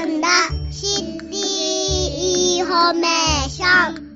ンダシティインフォメーション。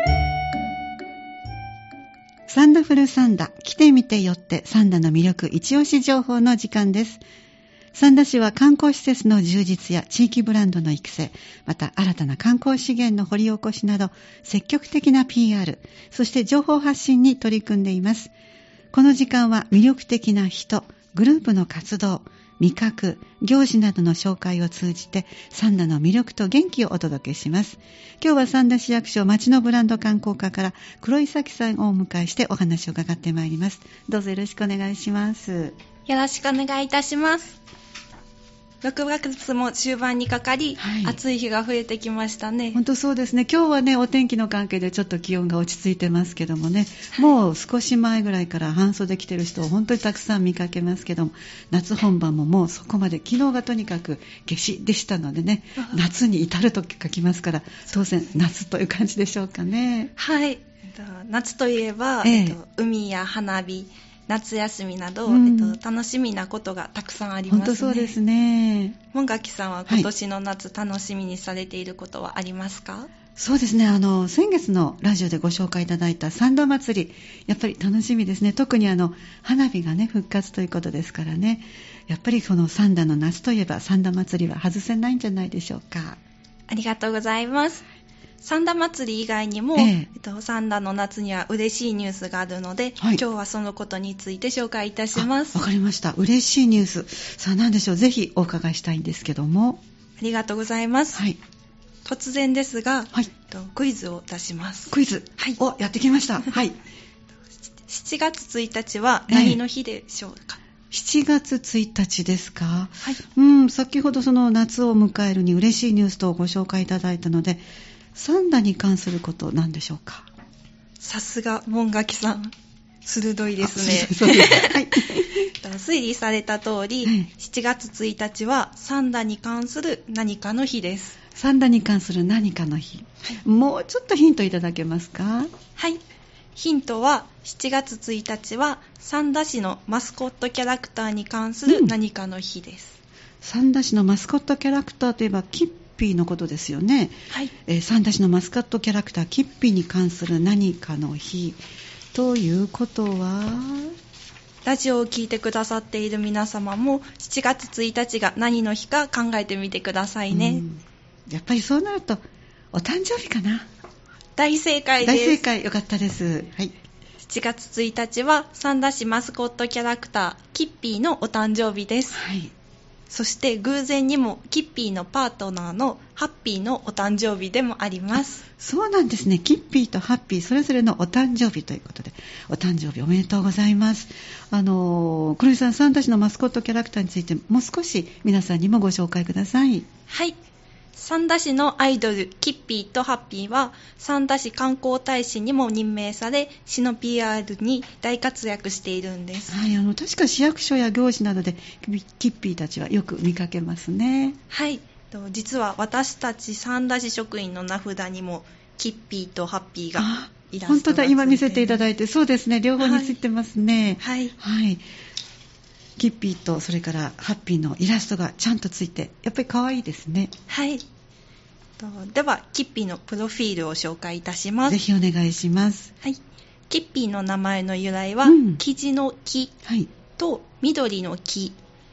サンダフルサンダ、来てみてよってサンダの魅力一押し情報の時間です。サンダ市は観光施設の充実や地域ブランドの育成、また新たな観光資源の掘り起こしなど積極的な PR、そして情報発信に取り組んでいます。この時間は魅力的な人、グループの活動、味覚、行事などの紹介を通じてサンダの魅力と元気をお届けします。今日はサンダ市役所町のブランド観光課から黒井咲さんをお迎えしてお話を伺ってまいります。どうぞよろしくお願いします。 よろしくお願いいたします。6月も終盤にかかり、暑い日が増えてきましたね。 本当そうですね。今日はね、お天気の関係でちょっと気温が落ち着いてますけどもね、もう少し前ぐらいから半袖着てる人を本当にたくさん見かけますけども、夏本番ももうそこまで、昨日がとにかく夏至でしたのでね、夏に至ると書きますから、当然夏という感じでしょうかね。 はい。夏といえば、海や花火、夏休みなど、楽しみなことがたくさんありますね。 本当そうですね。 門垣さんは今年の夏、楽しみにされていることはありますか？ そうですね。先月のラジオでご紹介いただいたサンダ祭り、やっぱり楽しみですね。特に花火がね、復活ということですからね。やっぱりこのサンダの夏といえばサンダ祭りは外せないんじゃないでしょうか。 ありがとうございます。サンダ祭り以外にも、サンダの夏には嬉しいニュースがあるので、今日はそのことについて紹介いたします。 わかりました。嬉しいニュース。さあ何でしょう。ぜひお伺いしたいんですけども。 ありがとうございます。突然ですが、クイズを出します。 クイズ。やってきました。7 月1日は何の日でしょうか ？7月1日ですか？先ほどその夏を迎えるに嬉しいニュースとご紹介いただいたので、サンダに関することなんでしょうか？ さすが門垣さん、鋭いですね。推理された通り、7月1日はサンダに関する何かの日です。 サンダに関する何かの日、もうちょっとヒントいただけますか？ ヒントは7月1日はサンダ市のマスコットキャラクターに関する何かの日です。 サンダ市のマスコットキャラクターといえばキッピーのことですよね。サンダ市のマスコットキャラクターキッピーに関する何かの日ということは、 ラジオを聞いてくださっている皆様も7月1日が何の日か考えてみてくださいね。 やっぱりそうなるとお誕生日かな。 大正解です。 大正解、よかったです。 7月1日はサンダ市マスコットキャラクターキッピーのお誕生日です。そして偶然にもキッピーのパートナーのハッピーのお誕生日でもあります。 そうなんですね。キッピーとハッピーそれぞれのお誕生日ということで、お誕生日おめでとうございます。黒井さん、サンダ市のマスコットキャラクターについてもう少し皆さんにもご紹介ください。 サンダ市のアイドルキッピーとハッピーはサンダ市観光大使にも任命され、市の PR に大活躍しているんです。 確か市役所や行事などでキッピーたちはよく見かけますね。 実は私たちサンダ市職員の名札にもキッピーとハッピーがイラストがついています。 本当だ、今見せていただいて、そうですね、両方についてますね。キッピーとそれからハッピーのイラストがちゃんとついて、やっぱり可愛いですね。 ではキッピーのプロフィールを紹介いたします。 ぜひお願いします。 キッピーの名前の由来は、生地の木と緑の木、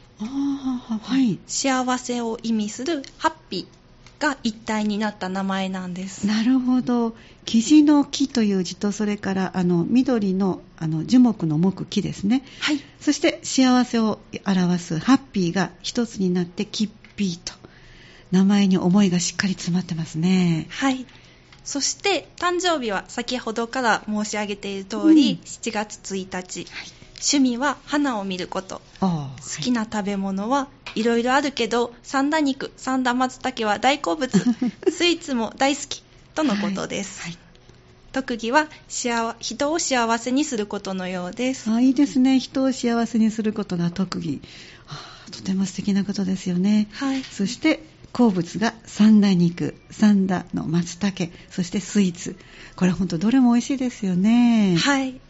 幸せを意味するハッピーが一体になった名前なんです。 なるほど。生地の木という字と、それから緑の樹木の木木ですね。そして幸せを表すハッピーが一つになってキッピーと、名前に思いがしっかり詰まってますね。 そして誕生日は先ほどから申し上げている通り、7月1日、趣味は花を見ること、好きな食べ物はいろいろあるけどサンダ肉、サンダ松茸は大好物スイーツも大好きとのことです。特技は人を幸せにすることのようです。 いいですね。人を幸せにすることが特技。とても素敵なことですよね。そして好物がサンダ肉、サンダの松茸、そしてスイーツ。これ本当どれも美味しいですよね。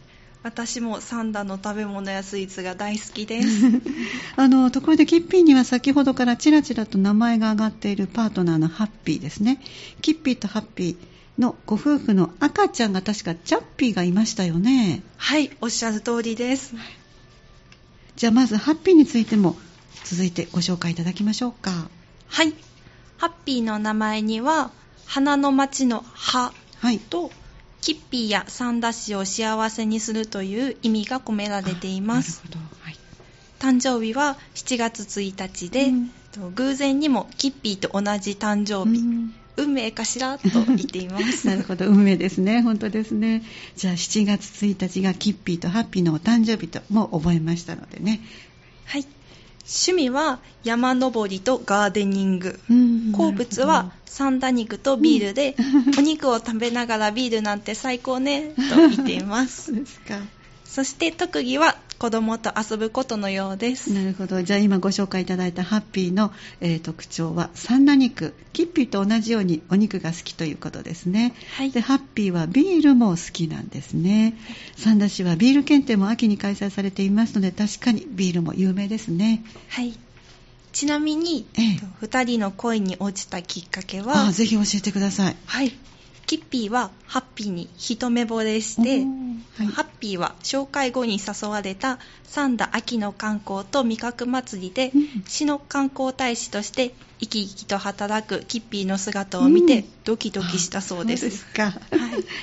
私も三田の食べ物やスイーツが大好きですところでキッピーには先ほどからちらちらと名前が挙がっているパートナーのハッピーですね。キッピーとハッピーのご夫婦の赤ちゃんが確かチャッピーがいましたよね。 はい、おっしゃる通りです。 じゃあまずハッピーについても続いてご紹介いただきましょうか。 はい、ハッピーの名前には花の町の葉と、はい、キッピーや三田市を幸せにするという意味が込められています。 なるほど、はい、 誕生日は7月1日で、偶然にもキッピーと同じ誕生日、運命かしらと言っていますなるほど、運命ですね。本当ですね。じゃあ7月1日がキッピーとハッピーのお誕生日とも覚えましたのでね。 はい。趣味は山登りとガーデニング、好物は三田肉とビールで、お肉を食べながらビールなんて最高ねと言っていますそうですか。 そして特技は子供と遊ぶことのようです。 なるほど。じゃあ今ご紹介いただいたハッピーの、特徴は三田肉、キッピーと同じようにお肉が好きということですね。 はい、 でハッピーはビールも好きなんですね。三田市はビール検定も秋に開催されていますので、確かにビールも有名ですね。 はい。ちなみに、2人の恋に落ちたきっかけは、 ぜひ教えてください。 はい。キッピーはハッピーに一目惚れして、はい、ハッピーは紹介後に誘われた三田秋の観光と味覚祭りで、市の観光大使として生き生きと働くキッピーの姿を見てドキドキしたそうです。 そうですか、はい、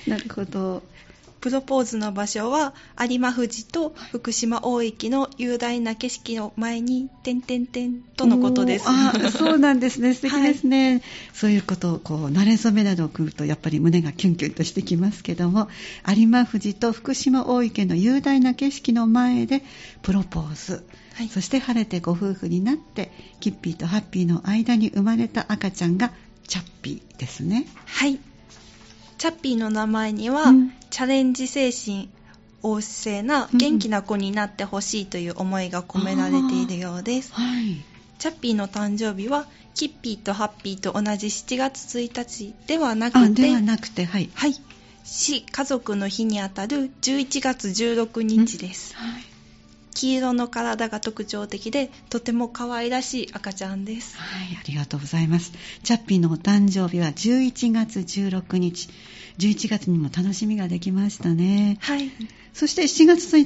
なるほど。 プロポーズの場所は有馬富士と福島大池の雄大な景色の前に点々点とのことです。 そうなんですね。素敵ですね、はい、そういうことを馴れ初めなどを組むとやっぱり胸がキュンキュンとしてきますけども、有馬富士と福島大池の雄大な景色の前でプロポーズ、はい、そして晴れてご夫婦になってキッピーとハッピーの間に生まれた赤ちゃんがチャッピーですね。 はい。チャッピーの名前には、チャレンジ精神旺盛な元気な子になってほしいという思いが込められているようです、 はい、 チャッピーの誕生日はキッピーとハッピーと同じ7月1日ではなくて、 はい、 はい、市家族の日にあたる11月16日です、はい、黄色の体が特徴的でとても可愛らしい赤ちゃんです。 はい、ありがとうございます。チャッピーのお誕生日は11月16日。11月にも楽しみができましたね。 はい。 そして7月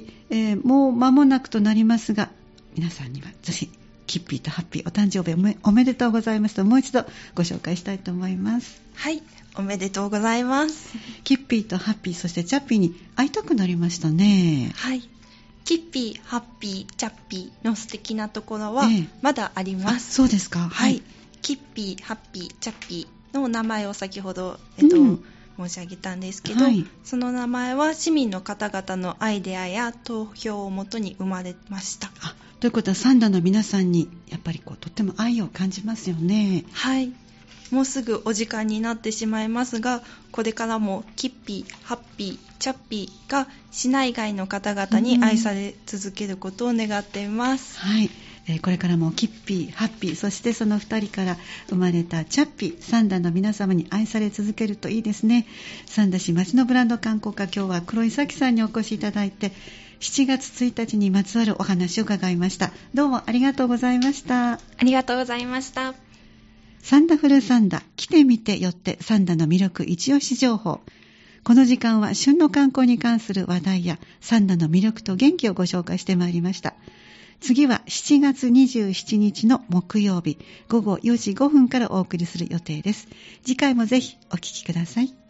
1日、もう間もなくとなりますが、皆さんにはぜひキッピーとハッピーお誕生日おめでとうございますともう一度ご紹介したいと思います。 はい、おめでとうございます。 キッピーとハッピー、そしてチャッピーに会いたくなりましたね。 はい。キッピー、ハッピー、チャッピーの素敵なところはまだあります。 そうですか。 はい。キッピー、ハッピー、チャッピーの名前を先ほど、申し上げたんですけど、はい、その名前は市民の方々のアイデアや投票をもとに生まれました。 ということは三田の皆さんにやっぱりとっても愛を感じますよね。 はい。もうすぐお時間になってしまいますが、これからもキッピー、ハッピー、チャッピーが市内外の方々に愛され続けることを願っています。 はい。これからもキッピー、ハッピー、そしてその2人から生まれたチャッピー、三田の皆様に愛され続けるといいですね。三田市町のブランド観光課、今日は黒井咲さんにお越しいただいて、7月1日にまつわるお話を伺いました。どうもありがとうございました。 ありがとうございました。 サンダフルサンダ、来てみてよって三田の魅力一押し情報。この時間は旬の観光に関する話題や三田の魅力と元気をご紹介してまいりました。次は7月27日の木曜日午後4時5分からお送りする予定です。次回もぜひお聞きください。